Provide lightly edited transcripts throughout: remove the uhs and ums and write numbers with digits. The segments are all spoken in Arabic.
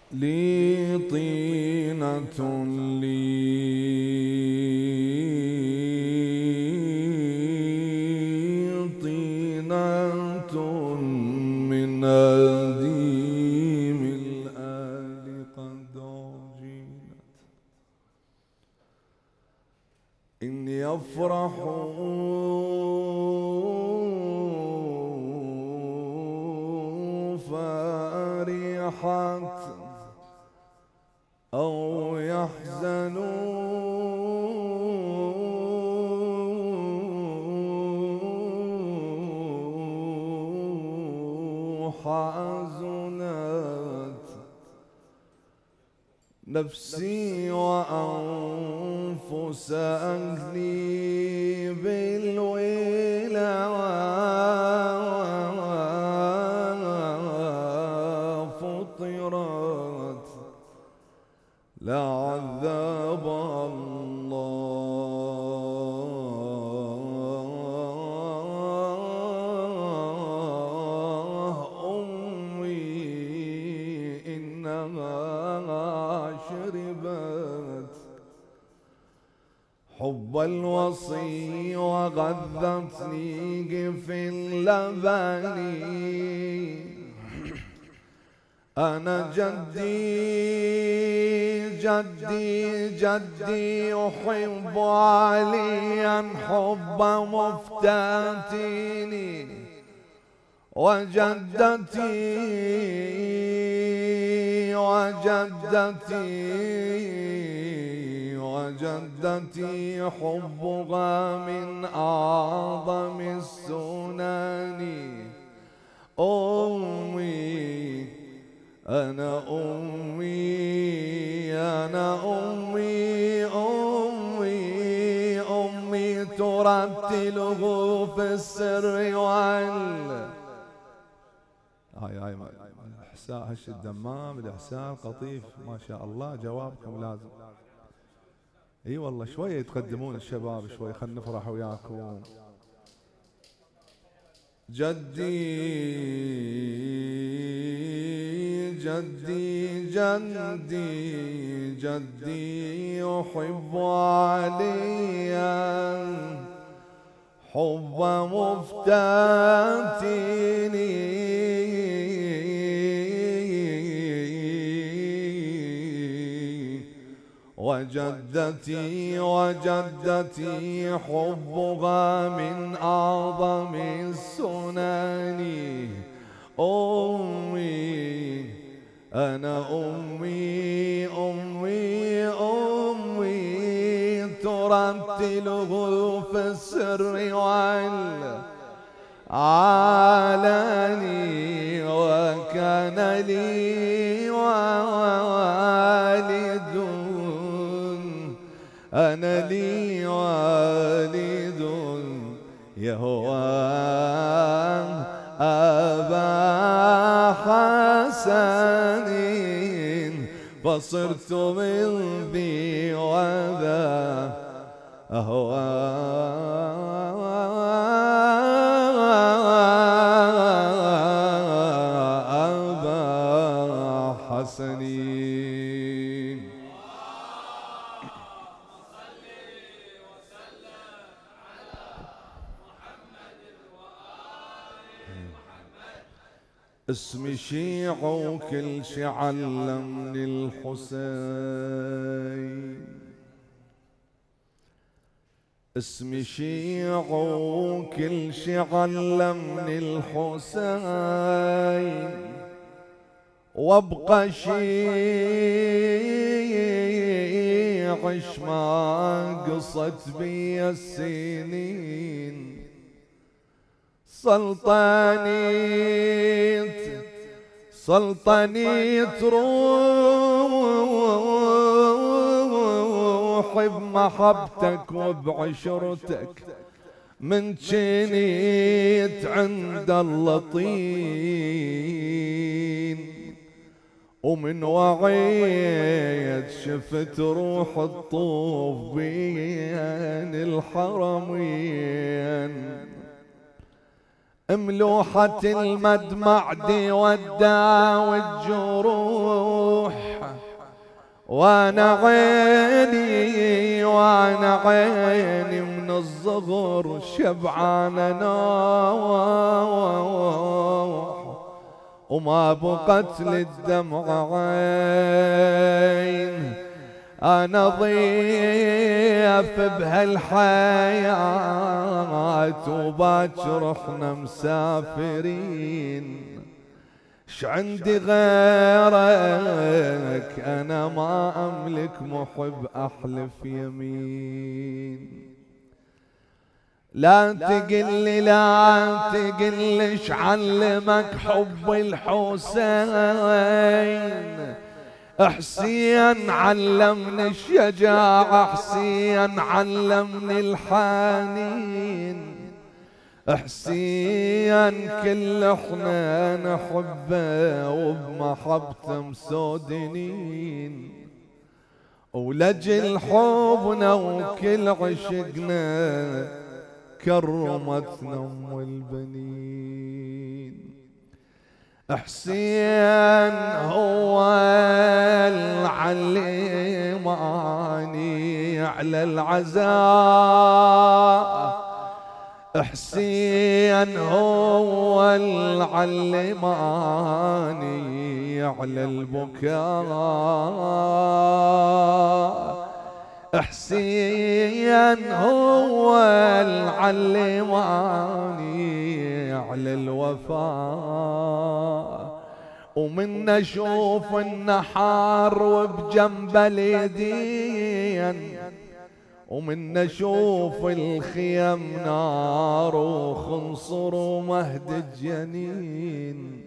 لي طينة من أديم الآل قد عجينت إن يفرحوا فرحت أو يحزنوا حزنت نفسي وأنفس أهلي بالويلة فطرت لعذاب الله أمي إنما شربت حب الوصي وغذتني في اللبن أنا جدي أحب عليا حب مفتاتيني وجدتي حبها من أعظم السنن أمي أنا أمي ترتله في السر هاي الإحساء هش الدمام الإحساء القطيف ما شاء الله جوابكم لازم اي والله شوية يتقدمون الشباب شوي خلنا نفرح وياكم جدي يحب عليا حب مفتاتيني وجدتي حبها من أعظم السنن أمي أنا أمي ترتله في السر والعلاني وكان لي والد أنا لي والد يهوى أبا حسن فصرت من ذي وذا أهوى أبا حسن اسمي شيع وكل شي علمني الحسين اسمي شيع وكل شي علمني الحسين وابقى شيعش ما قصت بي السنين سلطانيت روحي بمحبتك وبعشرتك من جنيت عند اللطين ومن وعيت شفت روح الطوف بين الحرمين ملوحة المدمع دي وداوي الجروح وانا عيني وانا عيني من الصغر شبعانة نوح وما بقت للدمع عين. أنا ضيف بهالحياة وباكر احنا مسافرين. شعندي غيرك أنا ما أملك محب أحلف يمين. لا تقلي لا تقلي علمك حب الحسين. حسين علمني الشجاعة، حسين علمني الحنين. حسين كل احنا نحبه وبمحبته مسودنين. ولجل حبنا وكل عشقنا كرمتنا ام البنين. حسين هو العلماني على العزاء. حسين هو العلماني على البكاء. حسين هو العلماني على الوفاء. ومن اشوف النحار وبجنب اليدين، ومن اشوف الخيم نار وخنصر ومهد الجنين.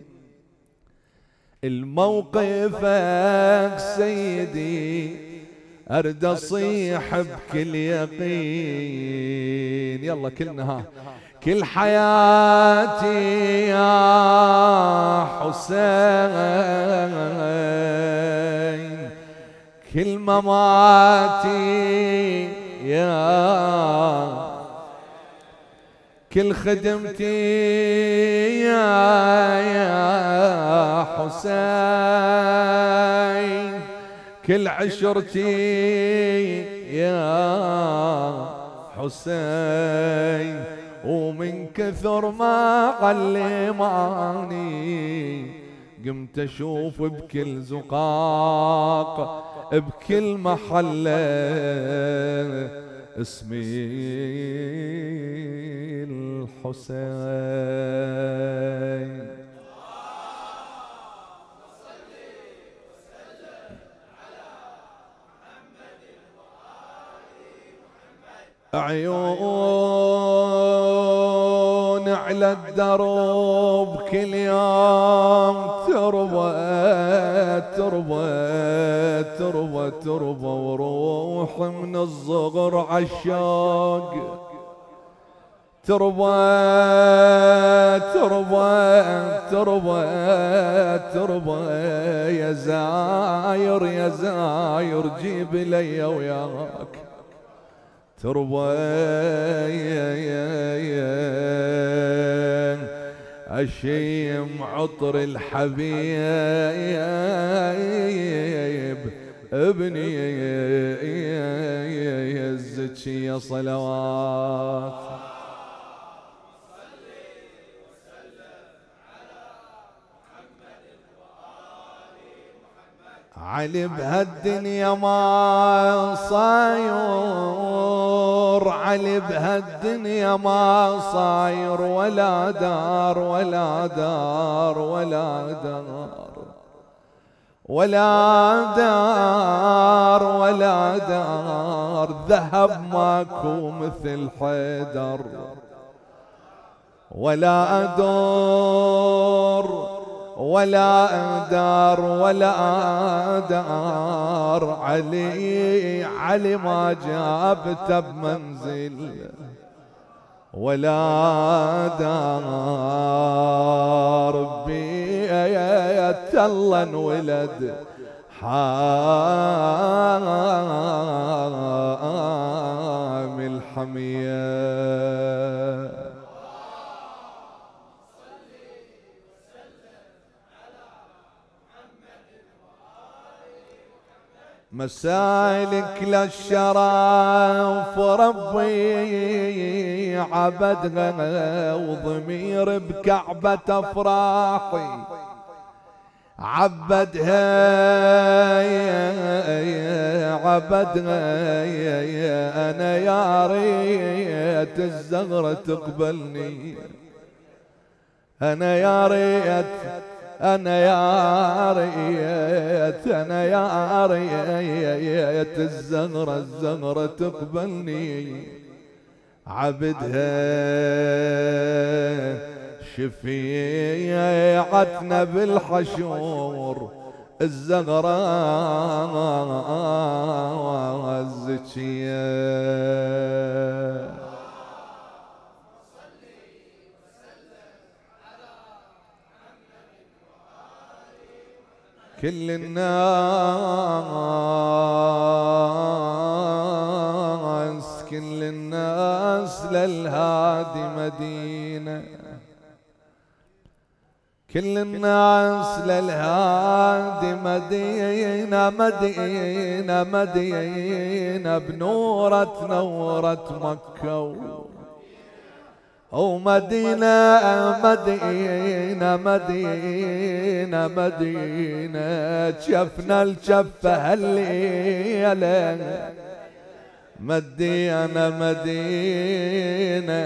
الموقفك سيدي ارد اصيح بكل يقين. يلا كلنا كل حياتي يا حسين، كل مماتي يا كل خدمتي يا حسين، كل عشرتي يا حسين. ومن كثر ما علماني قمت اشوف بكل زقاق بكل محله اسمي الحسين. عيون على الدرب كل يوم تربى تربى تربى تربى، وروح من الصغر عالشوق تربى تربى تربى تربى. يا زاير يا زاير جيب لي وياك تربى أشيم عطر الحبيب ابني يزك يا صلوات. علي بهالدنيا ما صاير، علي بهالدنيا ما صاير ولا دار ولا دار ولا دار ولا دار ولا دار. ذهب ماكو مثل حيدر ولا أدور ولا دار ولا دار. علي علي ما جابته بمنزل ولا دار. بيت الله انولد حامي الحمية. مسالك للشرف ربي عبدها، وضمير بكعبة أفراحي عبدها عبدها. أنا يا ريت الزهرة تقبلني، أنا يا ريت، أنا يا ريت، أنا يا ريت الزهرة تقبلني عبدها. شفيعتنا بالحشور الزهرة الزكية. كل الناس كل الناس للهادي مدينة، كل الناس للهادي مدينة، مدينة مدينة بنورة نورت مكة، ومدينة مدينة مدينة مدينة شفنا الشفة هالليلة، مدينة مدينة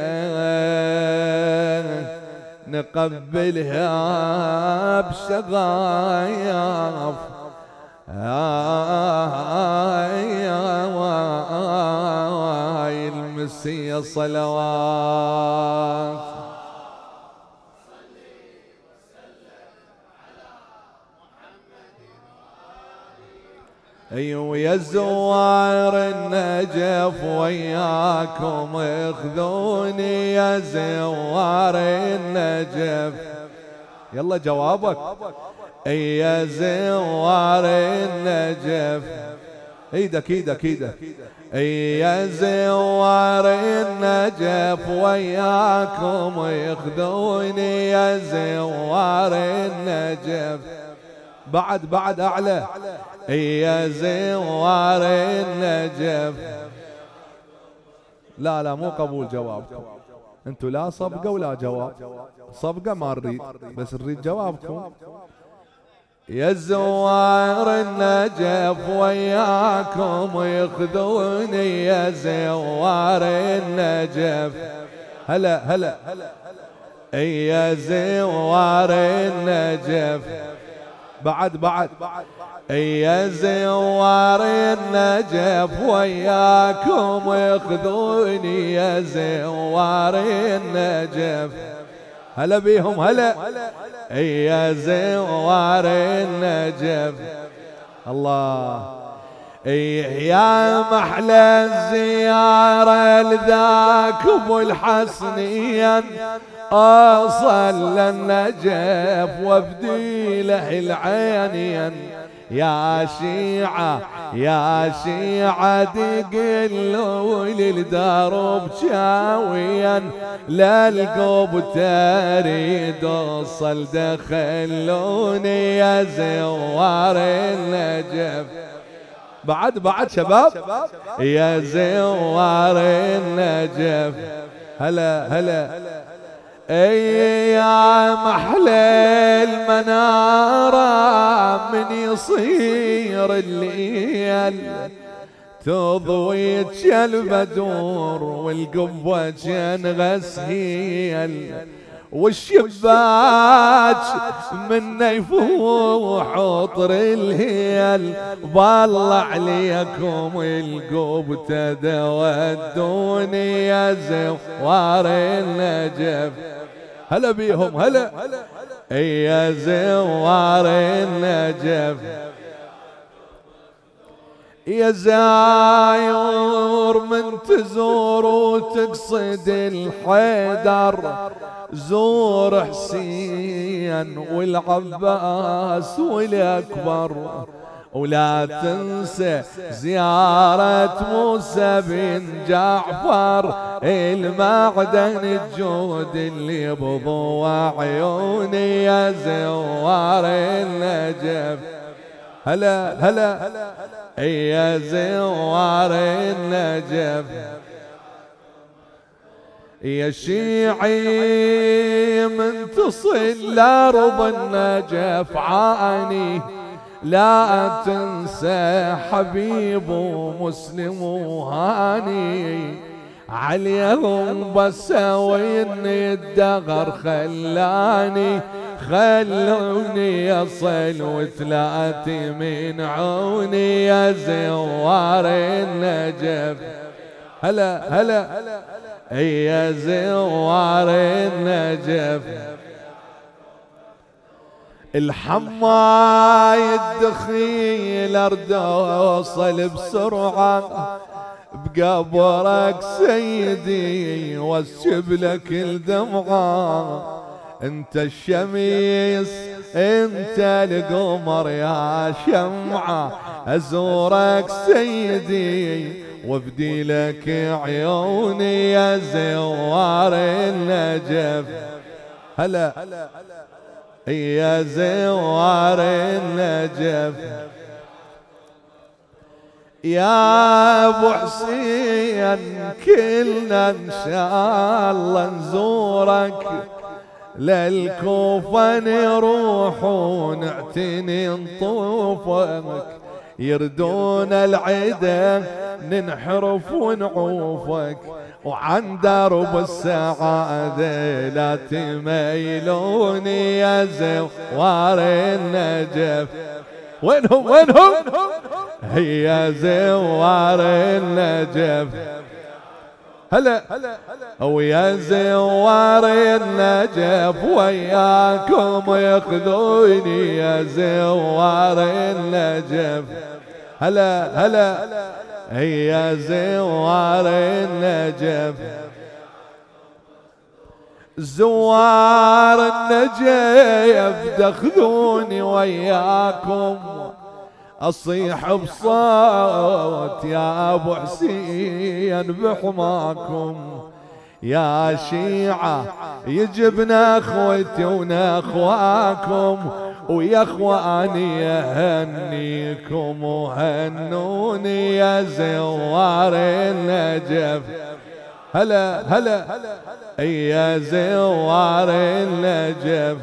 نقبلها بشغايف. هاي المسية صلوات. ايوه يا زوار النجف وياكم اخذوني يا زوار النجف. يلا جوابك. اي يا زوار النجف، ايدك ايدك ايدك. اي يا زوار النجف وياكم اخذوني يا زوار النجف. بعد اعلى. يا زوار النجف. لا مو قبول جوابكم، انتوا لا صبقة ولا جواب. صبقة ما نريد، بس نريد جوابكم. يا زوار النجف وياكم ياخذوني يا زوار النجف. هلا يا زوار النجف. بعد يا زوار النجف وياكم ياخذوني يا زوار النجف. هلا بيهم هلا. يا زوار النجف. الله. يا محلى الزيارة لذاك ابو الحسنين، أوصل للنجف وابدي له العينين. يا شيعة يا شيعة دقلوا للدرب شاويا، للقوب تريد اوصل دخلوني يا زوار النجف. بعد شباب. يا زوار النجف. هلا يا محلى المنارة من يصير الليل، تضوي البدور والقبة كان غسيل، والشباك منه يفوح عطر الهيل. بالله عليكم القوب تودوني يا زوار النجف. هلا بيهم هلا. يا زوار النجف. يا زاير من تزور وتقصد الحيدر، زور حسين والعباس والأكبر، ولا تنسى زيارة موسى بن جعفر، المعدن الجود اللي بضوى عيوني يا زوار النجف. هلا هلا يا زوار النجف يا شيعي من تصل لأرض النجف عاني لا تنسى حبيب مسلم وهاني عليهم بس وإني الدغر خلوني أصل وثلاثي من عوني يا زوار النجف هلا هلا يا زوار النجف الحماي الدخيل ارد اوصل بسرعة بقبرك سيدي واسجب لك الدمعة انت الشميس انت القمر يا شمعة ازورك سيدي وابدي لك عيوني يا زوار النجف هلا يا زوار النجف يا ابو حسين كلنا ان شاء الله نزورك للكوفة نروح ونعتني نطوفك يردون العدا ننحرف ونعوفك وعن درب السعادة لا تميلوني يا زوار النجف وينهم هي زوار النجف هلا ويا زوار النجف وياكم ياخذوني يا زوار النجف هلا هي زوار النجف زوار النجف تاخذوني وياكم اصيح بصوت يا ابو حسين بحماكم يا شيعة يجبنا اخوتي وناخواكم ويا اخواني اهنيكم وهنوني يا زوار النجف هلا يا زوار النجف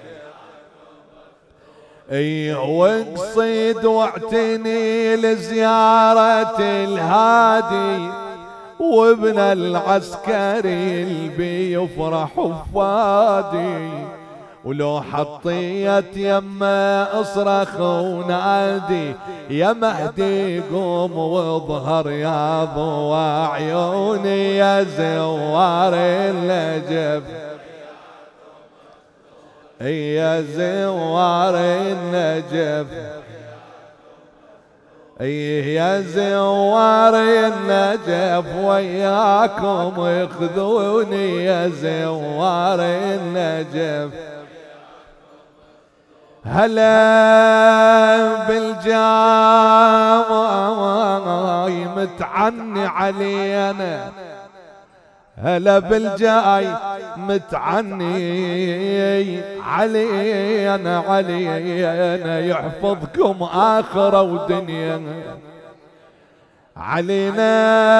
واقصد واعتني لزيارة الهادي وابن العسكري اللي بيفرح بفادي ولو حطيت يما اصرخ ونادي يا مهدي قوم واظهر يا ضوى عيوني يا زوار النجف يا زوار النجف يا زوار النجف وياكم ياخذوني يا زوار النجف هلا بالجاي متعني علينا هلا بالجاي متعني علينا يحفظكم آخرة ودنيا علينا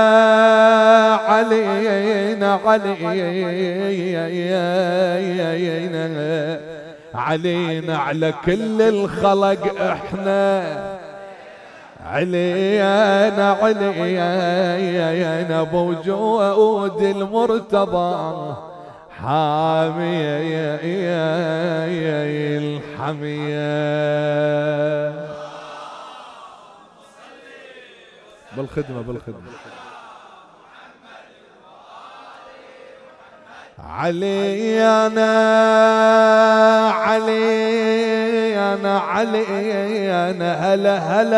على كل الخلق احنا علينا بوجود المرتضى حامي الحمية بالخدمة علينا هلا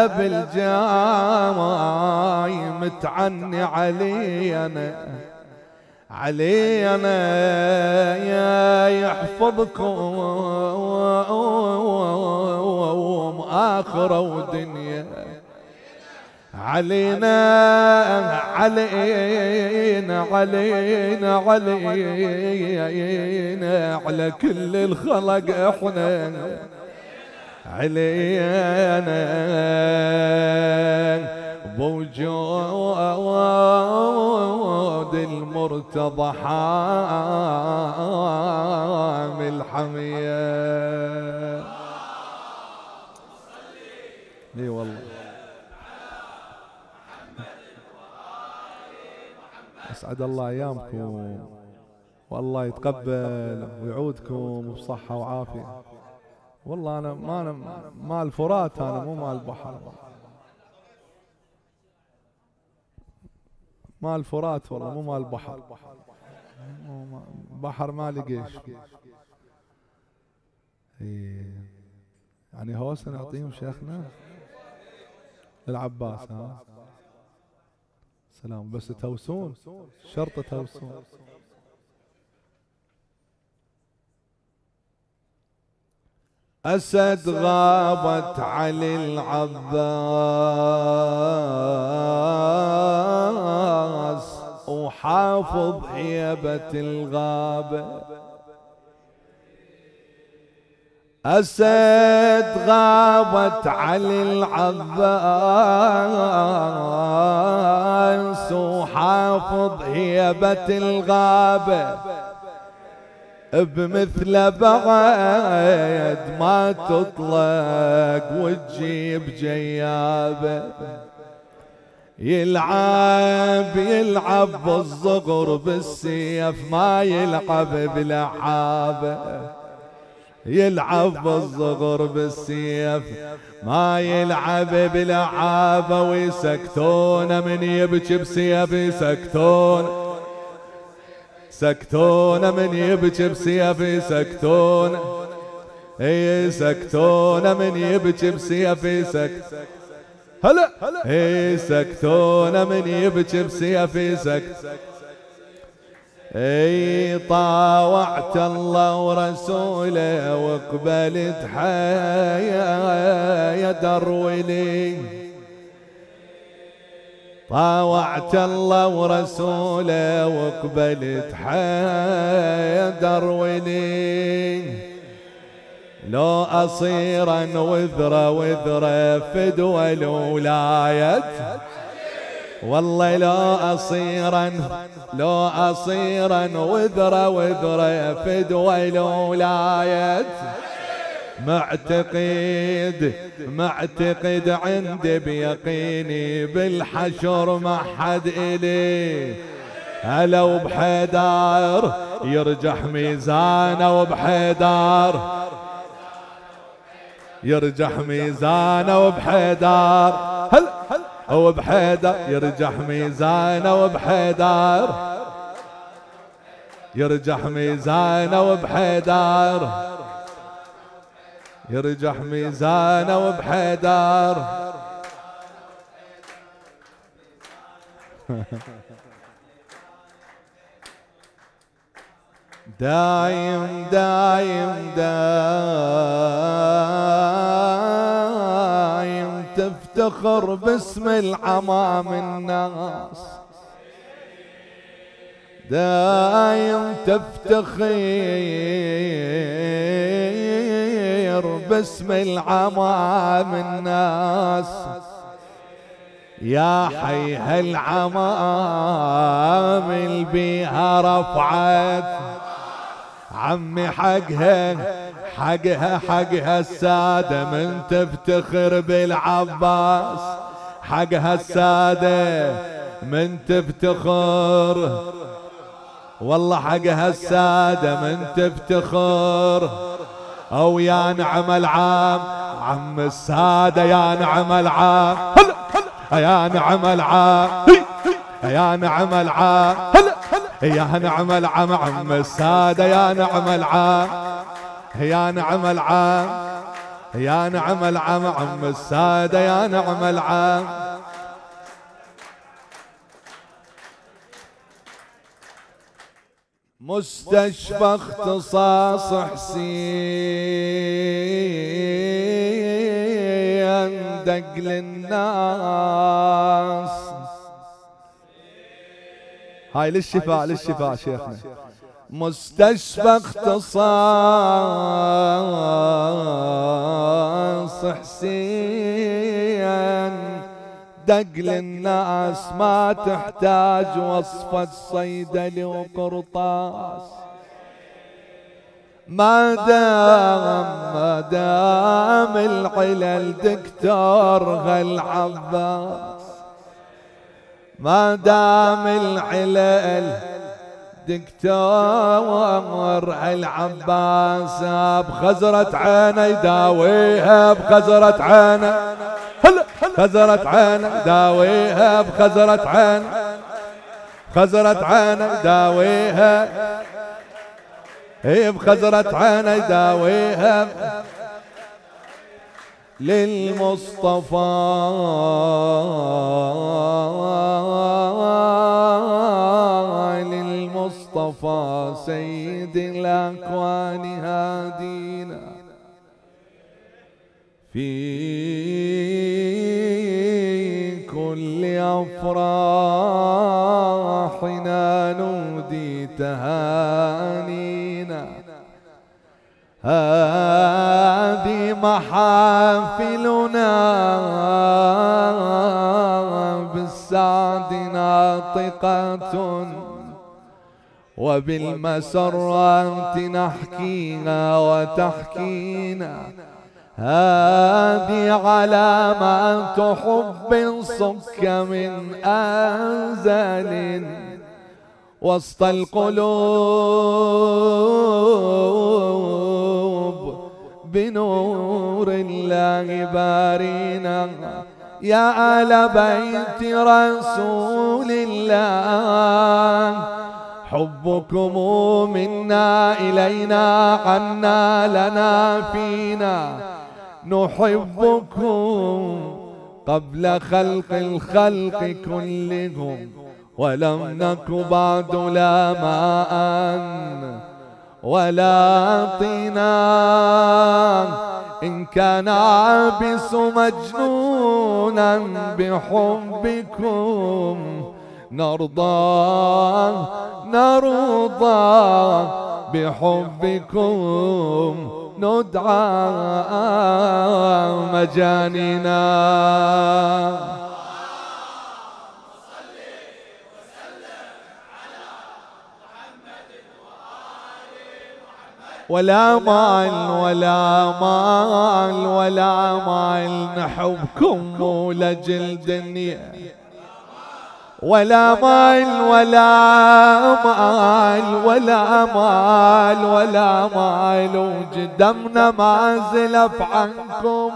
بالجاي متعني علينا يا يحفظكم آخرة ودنيا علينا على كل الخلق احنا علينا بوجود المرتضى حامل حمية. اي والله اسعد الله ايامكم، والله يتقبل ويعودكم بصحة وعافية. والله انا مال فرات، انا مو مال بحر، مال فرات والله مو مال بحر. بحر ما لقيش. يعني هوسه نعطيهم شيخنا العباس. ها سلام، بس توسون شرطة توسون. أسد غابت علي العباس وحافظ هيبة الغابة. أسد غابت علي العباس وحافظ هيبة الغابة، بمثل بعد ما تطلق وتجيب جيابه. يلعب بالصغر بالسيف، ما يلعب بلعابه. يلعب بالصغر بالسيف، ما يلعب بلعابه. ويسكتون من يبكي بسيف، يسكتون من يبكي بسيف، يسكتون من يبكي بسيف، هلا يسكتون من يبكي بسيف، يسكت. اي طاوعت الله ورسوله وقبلت حيا درولي. طاوعت الله ورسوله وقبلت حيا درولي. لو أصيرا وذرة فدوى الولاية، والله لو أصيرا وذرة فدوى الولاية. معتقد عندي بيقيني بالحشر ما حد إلي. هلا وبحيدر يرجح ميزانه، وبحيدر يرجح ميزانه، وبحيدر هلا وبحيدر يرجح ميزانه، وبحيدر يرجح ميزانه، وبحيدر يرجح ميزانه، وبحيدر. دايم تفتخر باسم العمام الناس. دايم تفتخر باسم العمام الناس. يا حي هالعمام البيها رفعت عمي حقها السادة من تفتخر بالعباس. حقها السادة من تفتخر، والله حقها السادة من تفتخر. او يا نعم العام عم السادة، يا نعم العام يا نعم العام يا نعم العام يا نعم العام عم السادة، يا نعم العام يا نعم العام يا نعم العام عم السادة، يا نعم العام. مستشفى اختصاص حسين دق للناس. هاي للشفاء شيخنا، مستشفى اختصاص حسين، دق للناس ما تحتاج وصفة صيدلي وقرطاس. ما دام العلل دكتور هالعباس، ما دام العلل دكتور هالعباس، بخزرة عينه يداويها بخزرة عينه، خزرة عينه يداويها بخزرة عينه، خزرة عينه يداويها، هي بخزرة عينه يداويها للمصطفى للمصطفى سيد الأكوان هادينا في كل أفراحنا نودي تهانينا. هذه محافلنا بالسعد ناطقة، وبالمسرات نحكينا وتحكينا. هذه علامات حب صك من أزل وسط القلوب بنور الله بارينا. يا آل بيت رسول الله حبكم منا إلينا عنا لنا فينا، نحبكم قبل خلق الخلق كلهم، ولم نك بعد لا ماء ولا طينا. إن كان عابس مجنونا بحبكم نرضى بحبكم ندعى مجاننا. ولا مال ولا مال ولا مال نحبكم ولجل دنيا، ولا مال ولا مال ولا مال ولا مال وجدمنا ما زلف عنكم،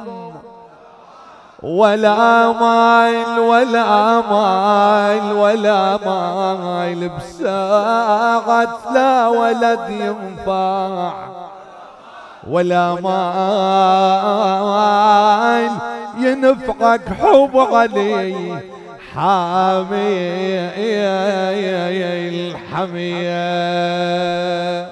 ولا مال ولا مال ولا مال بساعة لا ولد ينفع، ولا مال ينفعك حب علي حامي الحمية.